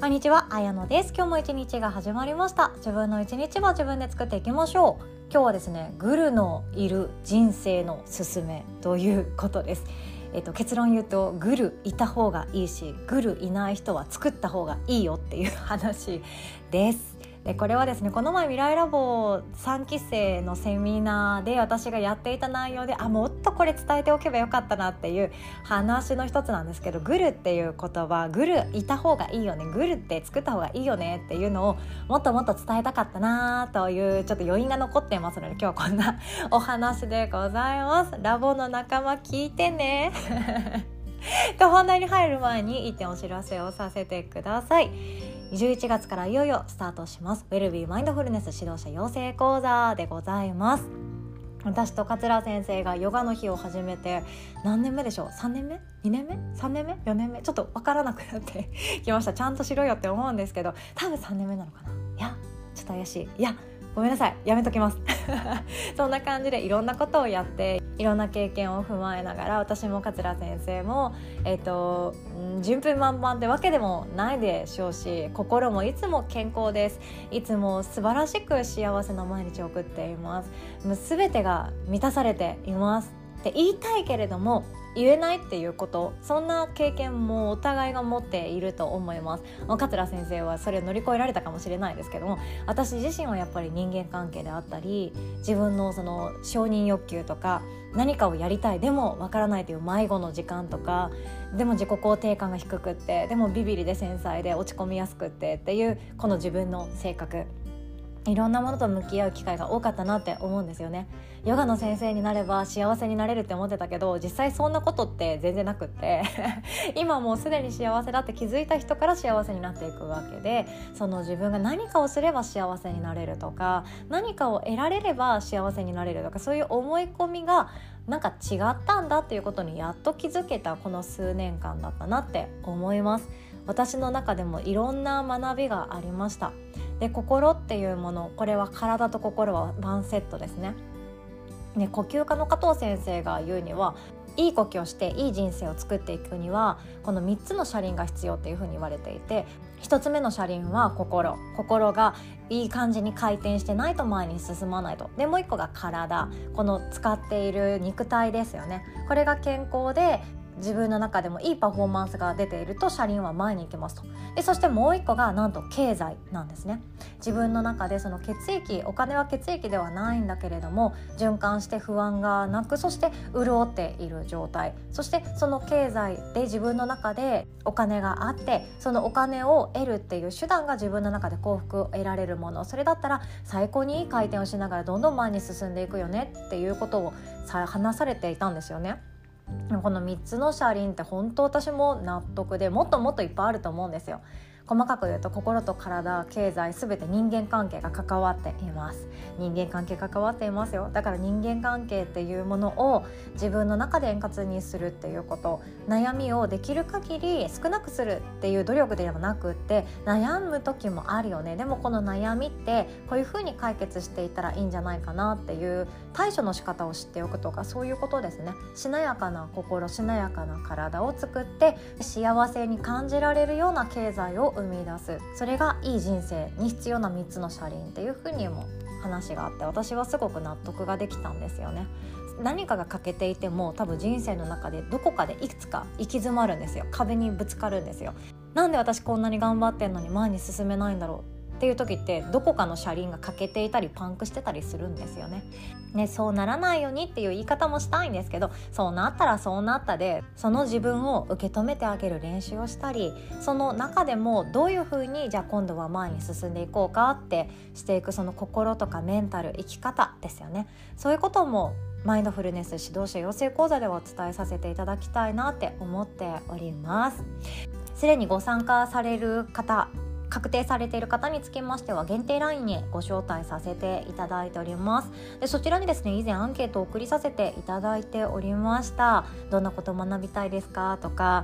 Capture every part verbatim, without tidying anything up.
こんにちは、あやのです。今日も一日が始まりました。自分の一日は自分で作っていきましょう。今日はですね、グルのいる人生のすすめということです。えっと、結論言うと、グルいた方がいいし、グルいない人は作った方がいいよっていう話です。でこれはですね、この前未来ラボさんき生のセミナーで私がやっていた内容で、あもっとこれ伝えておけばよかったなっていう話の一つなんですけど、グルっていう言葉、グルいた方がいいよね、グルって作った方がいいよねっていうのをもっともっと伝えたかったなというちょっと余韻が残ってますので、今日はこんなお話でございます。ラボの仲間聞いてねと本題に入る前にいってんお知らせをさせてください。じゅういちがつからいよいよスタートしますウェルビーマインドフルネス指導者養成講座でございます。私と桂先生がヨガの日を始めて何年目でしょう、さんねんめ ?に 年目 ?さん 年目 ?よ 年目ちょっと分からなくなってきました。ちゃんとしろよって思うんですけど、多分さんねんめなのかな。いやちょっと怪しい、いやごめんなさい、やめときますそんな感じでいろんなことをやって、いろんな経験を踏まえながら、私も桂先生も、えーと、順風満帆ってわけでもないでしょうし、心もいつも健康です。いつも素晴らしく幸せな毎日を送っています。もう全てが満たされていますって言いたいけれども言えないっていうこと、そんな経験もお互いが持っていると思います。桂先生はそれを乗り越えられたかもしれないですけども、私自身はやっぱり人間関係であったり、自分のその承認欲求とか、何かをやりたいでもわからないという迷子の時間とか、でも自己肯定感が低くって、でもビビリで繊細で落ち込みやすくってっていうこの自分の性格、いろんなものと向き合う機会が多かったなって思うんですよね。ヨガの先生になれば幸せになれるって思ってたけど、実際そんなことって全然なくって今もうすでに幸せだって気づいた人から幸せになっていくわけで、その自分が何かをすれば幸せになれるとか、何かを得られれば幸せになれるとか、そういう思い込みがなんか違ったんだっていうことにやっと気づけたこの数年間だったなって思います。私の中でもいろんな学びがありました。で心っていうもの、これは体と心はワンセットですね。で呼吸科の加藤先生が言うには、いい呼吸をしていい人生を作っていくにはこのみっつの車輪が必要っていうふうに言われていて、ひとつめの車輪は心、心がいい感じに回転してないと前に進まないと。でもういっこが体、この使っている肉体ですよね。これが健康で自分の中でもいいパフォーマンスが出ていると車輪は前に行きますと。でそしてもう一個がなんと経済なんですね。自分の中でその血液、お金は血液ではないんだけれども循環して不安がなく、そして潤っている状態、そしてその経済で自分の中でお金があって、そのお金を得るっていう手段が自分の中で幸福を得られるもの、それだったら最高にいい回転をしながらどんどん前に進んでいくよねっていうことを話されていたんですよね。このみっつの車輪って本当私も納得で、もっともっといっぱいあると思うんですよ。細かく言うと心と体、経済、すべて人間関係が関わっています。人間関係関わっていますよ。だから人間関係っていうものを自分の中で円滑にするっていうこと、悩みをできる限り少なくするっていう努力ではなくって、悩む時もあるよね。でもこの悩みってこういうふうに解決していったらいいんじゃないかなっていう対処の仕方を知っておくとか、そういうことですね。しなやかな心、しなやかな体を作って幸せに感じられるような経済を生み出す、それがいい人生に必要なみっつの車輪っていうふうにも話があって、私はすごく納得ができたんですよね。何かが欠けていても多分人生の中でどこかでいくつか行き詰まるんですよ。壁にぶつかるんですよ。なんで私こんなに頑張ってんのに前に進めないんだろうっていう時って、どこかの車輪が欠けていたりパンクしてたりするんですよね。ね、そうならないようにっていう言い方もしたいんですけど、そうなったらそうなったで、その自分を受け止めてあげる練習をしたり、その中でもどういうふうにじゃあ今度は前に進んでいこうかってしていく、その心とかメンタル、生き方ですよね。そういうこともマインドフルネス指導者養成講座ではお伝えさせていただきたいなって思っております。すでにご参加される方、確定されている方につきましては限定 ライン にご招待させていただいております。でそちらにですね、以前アンケートを送りさせていただいておりました。どんなことを学びたいですかとか、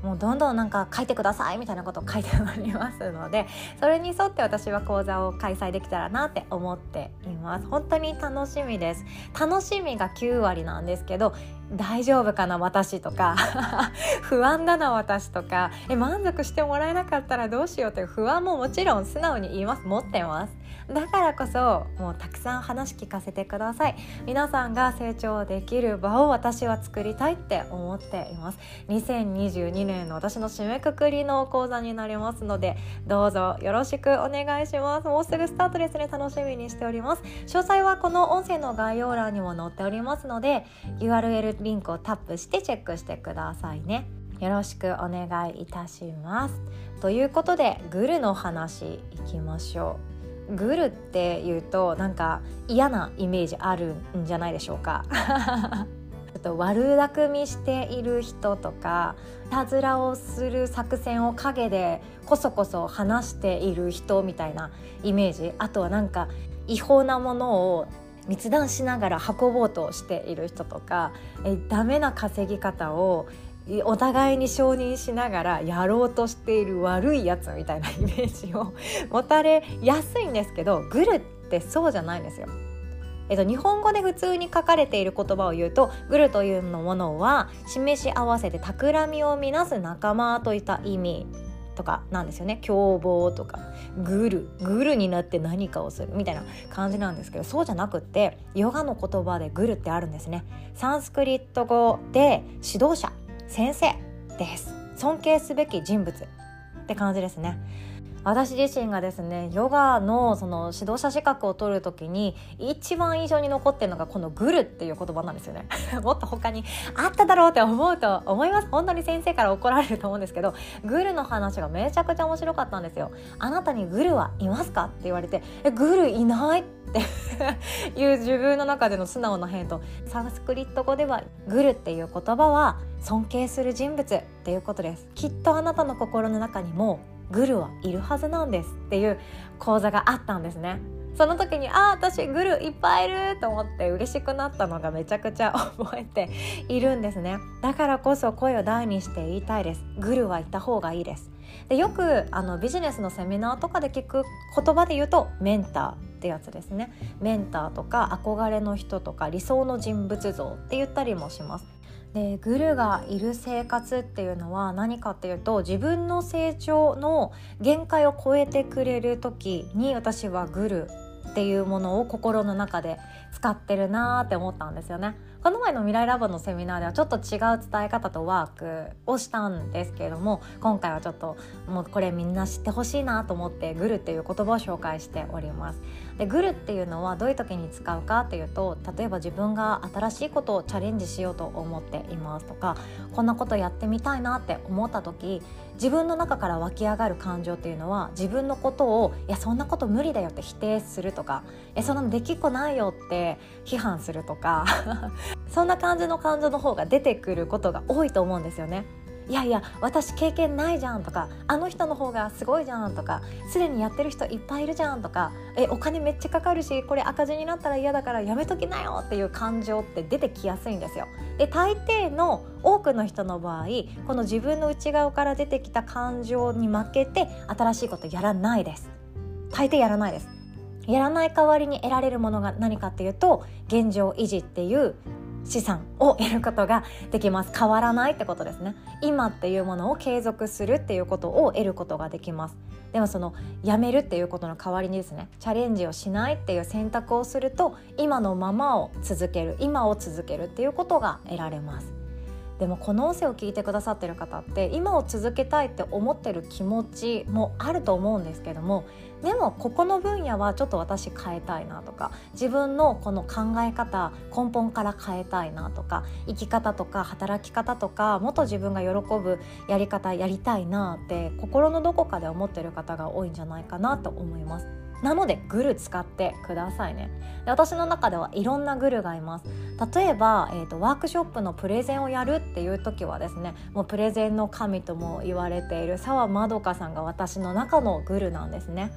もうどんどんなんか書いてくださいみたいなことを書いておりますので、それに沿って私は講座を開催できたらなって思っています。本当に楽しみです。楽しみがきゅうわりなんですけど、大丈夫かな私とか不安だな私とか、え満足してもらえなかったらどうしようという不安ももちろん素直に言います。持ってます。だからこそもうたくさん話聞かせてください。皆さんが成長できる場を私は作りたいって思っています。にせんにじゅうにねんの私の締めくくりの講座になりますので、どうぞよろしくお願いします。もうすぐスタートですね。楽しみにしております。詳細はこの音声の概要欄にも載っておりますので、 ユーアールエル リンクをタップしてチェックしてくださいね。よろしくお願いいたします。ということで、グルの話いきましょう。グルっていうとなんか嫌なイメージあるんじゃないでしょうかちょっと悪巧みしている人とか、いたずらをする作戦を陰でこそこそ話している人みたいなイメージ、あとはなんか違法なものを密談しながら運ぼうとしている人とか、えダメな稼ぎ方をお互いに承認しながらやろうとしている悪いやつみたいなイメージを持たれやすいんですけど、グルってそうじゃないんですよ。えっと、日本語で普通に書かれている言葉を言うと、グルというものは示し合わせて企みをみなす仲間といった意味とかなんですよね。凶暴とかグルグルになって何かをするみたいな感じなんですけど、そうじゃなくって、ヨガの言葉でグルってあるんですね。サンスクリット語で指導者、先生です。尊敬すべき人物って感じですね。私自身がですね、ヨガのその指導者資格を取るときに一番印象に残ってるのがこのグルっていう言葉なんですよねもっと他にあっただろうって思うと思います。本当に先生から怒られると思うんですけど、グルの話がめちゃくちゃ面白かったんですよ。あなたにグルはいますかって言われて、えグルいないっていう自分の中での素直な返答。サンスクリット語ではグルっていう言葉は尊敬する人物っていうことです。きっとあなたの心の中にもグルはいるはずなんですっていう講座があったんですね。その時にあ私グルいっぱいいると思って嬉しくなったのがめちゃくちゃ覚えているんですね。だからこそ声を大にして言いたいです。グルはいた方がいいです。でよくあのビジネスのセミナーとかで聞く言葉で言うとメンターってやつですね。メンターとか憧れの人とか理想の人物像って言ったりもします。でグルがいる生活っていうのは何かっていうと、自分の成長の限界を超えてくれる時に私はグルっていうものを心の中で使ってるなーって思ったんですよね。この前の未来ラボのセミナーではちょっと違う伝え方とワークをしたんですけれども、今回はちょっともうこれみんな知ってほしいなと思ってグルっていう言葉を紹介しております。でグルっていうのはどういう時に使うかっていうと、例えば自分が新しいことをチャレンジしようと思っていますとか、こんなことやってみたいなって思った時、自分の中から湧き上がる感情っていうのは、自分のことをいやそんなこと無理だよって否定するとか、えそんなのできっこないよって批判するとかそんな感じの感情の方が出てくることが多いと思うんですよね。いやいや私経験ないじゃんとか、あの人の方がすごいじゃんとか、すでにやってる人いっぱいいるじゃんとか、えお金めっちゃかかるしこれ赤字になったら嫌だからやめときなよっていう感情って出てきやすいんですよ。で大抵の多くの人の場合、この自分の内側から出てきた感情に負けて新しいことやらないです。大抵やらないです。やらない代わりに得られるものが何かっていうと、現状維持っていう資産を得ることができます。変わらないってことですね。今っていうものを継続するっていうことを得ることができます。でもそのやめるっていうことの代わりにですね、チャレンジをしないっていう選択をすると、今のままを続ける、今を続けるっていうことが得られます。でもこの音声を聞いてくださってる方って、今を続けたいって思ってる気持ちもあると思うんですけども、でもここの分野はちょっと私変えたいなとか、自分のこの考え方根本から変えたいなとか、生き方とか働き方とか、もっと自分が喜ぶやり方やりたいなって心のどこかで思ってる方が多いんじゃないかなと思います。なのでグル使ってくださいね。で私の中ではいろんなグルがいます。例えば、えーと、ワークショップのプレゼンをやるっていう時はですね、もうプレゼンの神とも言われている澤まどかさんが私の中のグルなんですね。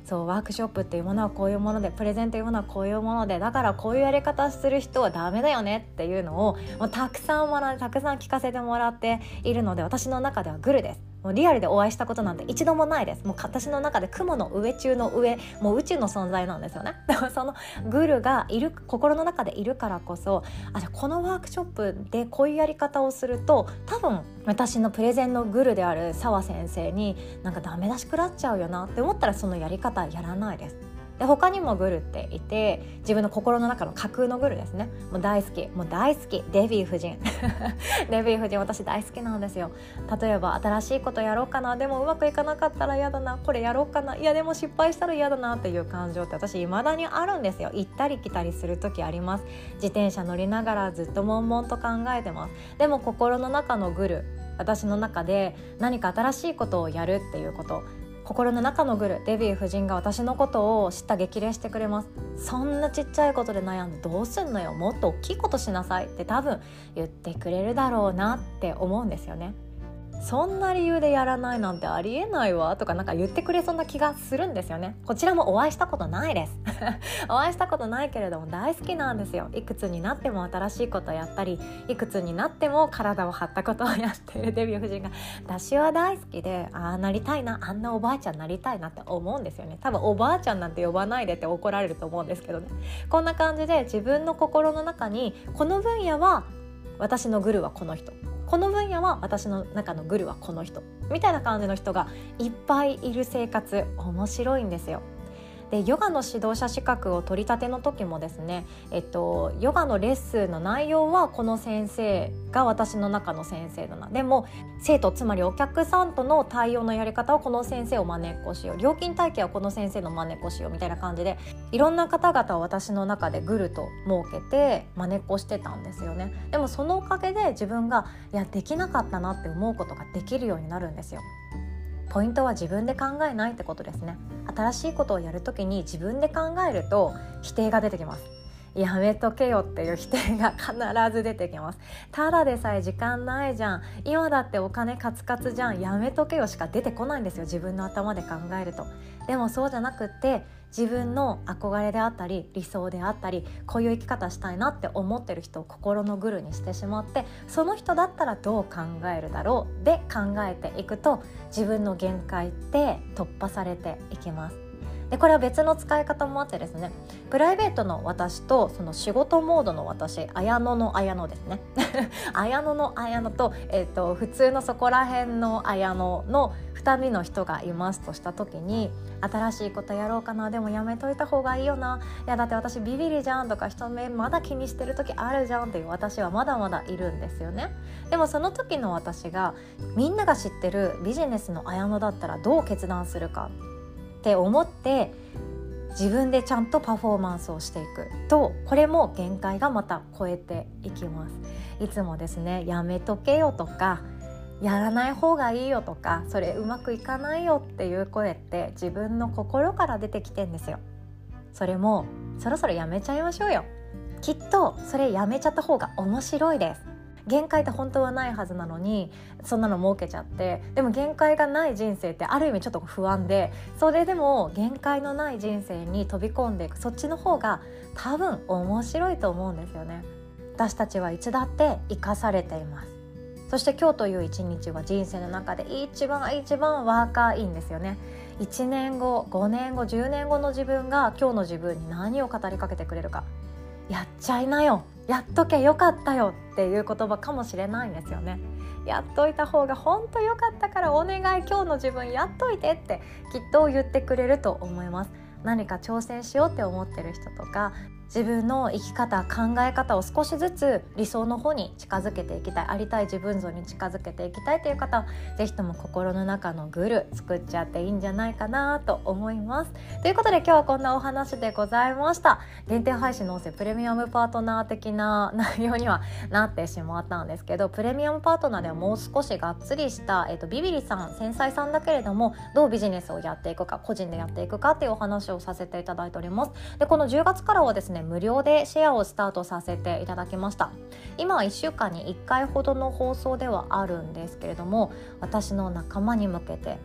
そうワークショップっていうものはこういうもので、プレゼンというものはこういうもので、だからこういうやり方する人はダメだよねっていうのをもうたくさん学んでたくさん聞かせてもらっているので、私の中ではグルです。もうリアルでお会いしたことなんて一度もないです。もう私の中で雲の上中の上、もう宇宙の存在なんですよね。でもそのグルがいる、心の中でいるからこそ、あ、じゃあこのワークショップでこういうやり方をすると多分私のプレゼンのグルである澤先生になんかダメ出し食らっちゃうよなって思ったら、そのやり方やらないです。で他にもグルっていて、自分の心の中の架空のグルですね。もう大好き、もう大好き、デヴィ夫人デヴィ夫人私大好きなんですよ。例えば新しいことやろうかな、でもうまくいかなかったら嫌だな、これやろうかな、いやでも失敗したら嫌だなっていう感情って私未だにあるんですよ。行ったり来たりする時あります。自転車乗りながらずっと悶々と考えてます。でも心の中のグル、私の中で何か新しいことをやるっていうこと、心の中のグルデヴィ夫人が私のことを知った激励してくれます。そんなちっちゃいことで悩んでどうすんのよ、もっと大きいことしなさいって多分言ってくれるだろうなって思うんですよね。そんな理由でやらないなんてありえないわとかなんか言ってくれそうな気がするんですよね。こちらもお会いしたことないですお会いしたことないけれども大好きなんですよ。いくつになっても新しいことをやったり、いくつになっても体を張ったことをやっているデヴィ夫人が私は大好きで、ああなりたいな、あんなおばあちゃんなりたいなって思うんですよね。多分おばあちゃんなんて呼ばないでって怒られると思うんですけどね。こんな感じで自分の心の中にこの分野は私のグルはこの人、この分野は私の中のグルはこの人みたいな感じの人がいっぱいいる生活、面白いんですよ。でヨガの指導者資格を取り立ての時もですね、えっと、ヨガのレッスンの内容はこの先生が私の中の先生だな、でも生徒つまりお客さんとの対応のやり方はこの先生を真似っこしよう、料金体系はこの先生の真似っこしようみたいな感じで、いろんな方々を私の中でグルと設けて真似っこしてたんですよね。でもそのおかげで自分がいやできなかったなって思うことができるようになるんですよ。ポイントは自分で考えないってことですね。新しいことをやるときに自分で考えると否定が出てきます。やめとけよっていう否定が必ず出てきます。ただでさえ時間ないじゃん、今だってお金カツカツじゃん、やめとけよしか出てこないんですよ、自分の頭で考えると。でもそうじゃなくって自分の憧れであったり理想であったり、こういう生き方したいなって思ってる人を心のグルにしてしまって、その人だったらどう考えるだろうで考えていくと自分の限界って突破されていきます。でこれは別の使い方もあってですね、プライベートの私とその仕事モードの私、綾野の綾野ですね綾野の綾野と、えーと、普通のそこら辺の綾野のふたりの人がいますとした時に、新しいことやろうかな、でもやめといた方がいいよな、いやだって私ビビりじゃんとか人目まだ気にしてる時あるじゃんっていう私はまだまだいるんですよね。でもその時の私がみんなが知ってるビジネスの綾野だったらどう決断するかって思って自分でちゃんとパフォーマンスをしていくと、これも限界がまた超えていきます。いつもですね、やめとけよとかやらない方がいいよとか、それうまくいかないよっていう声って自分の心から出てきてんですよ。それもそろそろやめちゃいましょうよ。きっとそれやめちゃった方が面白いです。限界って本当はないはずなのにそんなの設けちゃって、でも限界がない人生ってある意味ちょっと不安で、それでも限界のない人生に飛び込んでいく、そっちの方が多分面白いと思うんですよね。私たちはいつだって生かされています。そして今日という一日は人生の中で一番一番若いんですよね。いちねんご、ごねんご、じゅうねんごの自分が今日の自分に何を語りかけてくれるか、やっちゃいなよ、やっとけよかったよっていう言葉かもしれないんですよね。やっといた方が本当よかったからお願い、今日の自分やっといてってきっと言ってくれると思います。何か挑戦しようって思ってる人とか、自分の生き方考え方を少しずつ理想の方に近づけていきたい、ありたい自分像に近づけていきたいという方はぜひとも心の中のグル作っちゃっていいんじゃないかなと思います。ということで今日はこんなお話でございました。限定配信の音声プレミアムパートナー的な内容にはなってしまったんですけど、プレミアムパートナーではもう少しがっつりした、えっと、ビビリさん繊細さんだけれどもどうビジネスをやっていくか、個人でやっていくかっていうお話をさせていただいております。でこのじゅうがつからはですね無料でシェアをスタートさせていただきました。今はいっしゅうかんにいっかいほどの放送ではあるんですけれども、私の仲間に向けて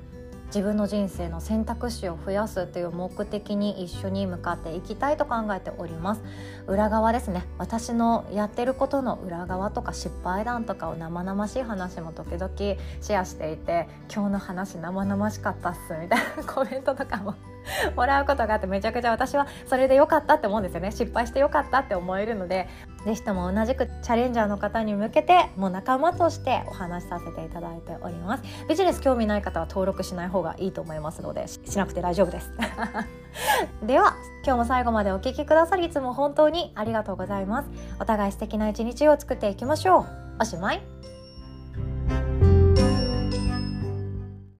自分の人生の選択肢を増やすという目的に一緒に向かっていきたいと考えております。裏側ですね、私のやってることの裏側とか失敗談とかを生々しい話も時々シェアしていて、今日の話生々しかったっすみたいなコメントとかももらうことがあって、めちゃくちゃ私はそれで良かったって思うんですよね。失敗して良かったって思えるので、ぜひとも同じくチャレンジャーの方に向けてもう仲間としてお話しさせていただいております。ビジネス興味ない方は登録しない方がいいと思いますので、しなくて大丈夫ですでは今日も最後までお聞きくださりいつも本当にありがとうございます。お互い素敵な一日を作っていきましょう。おしまい。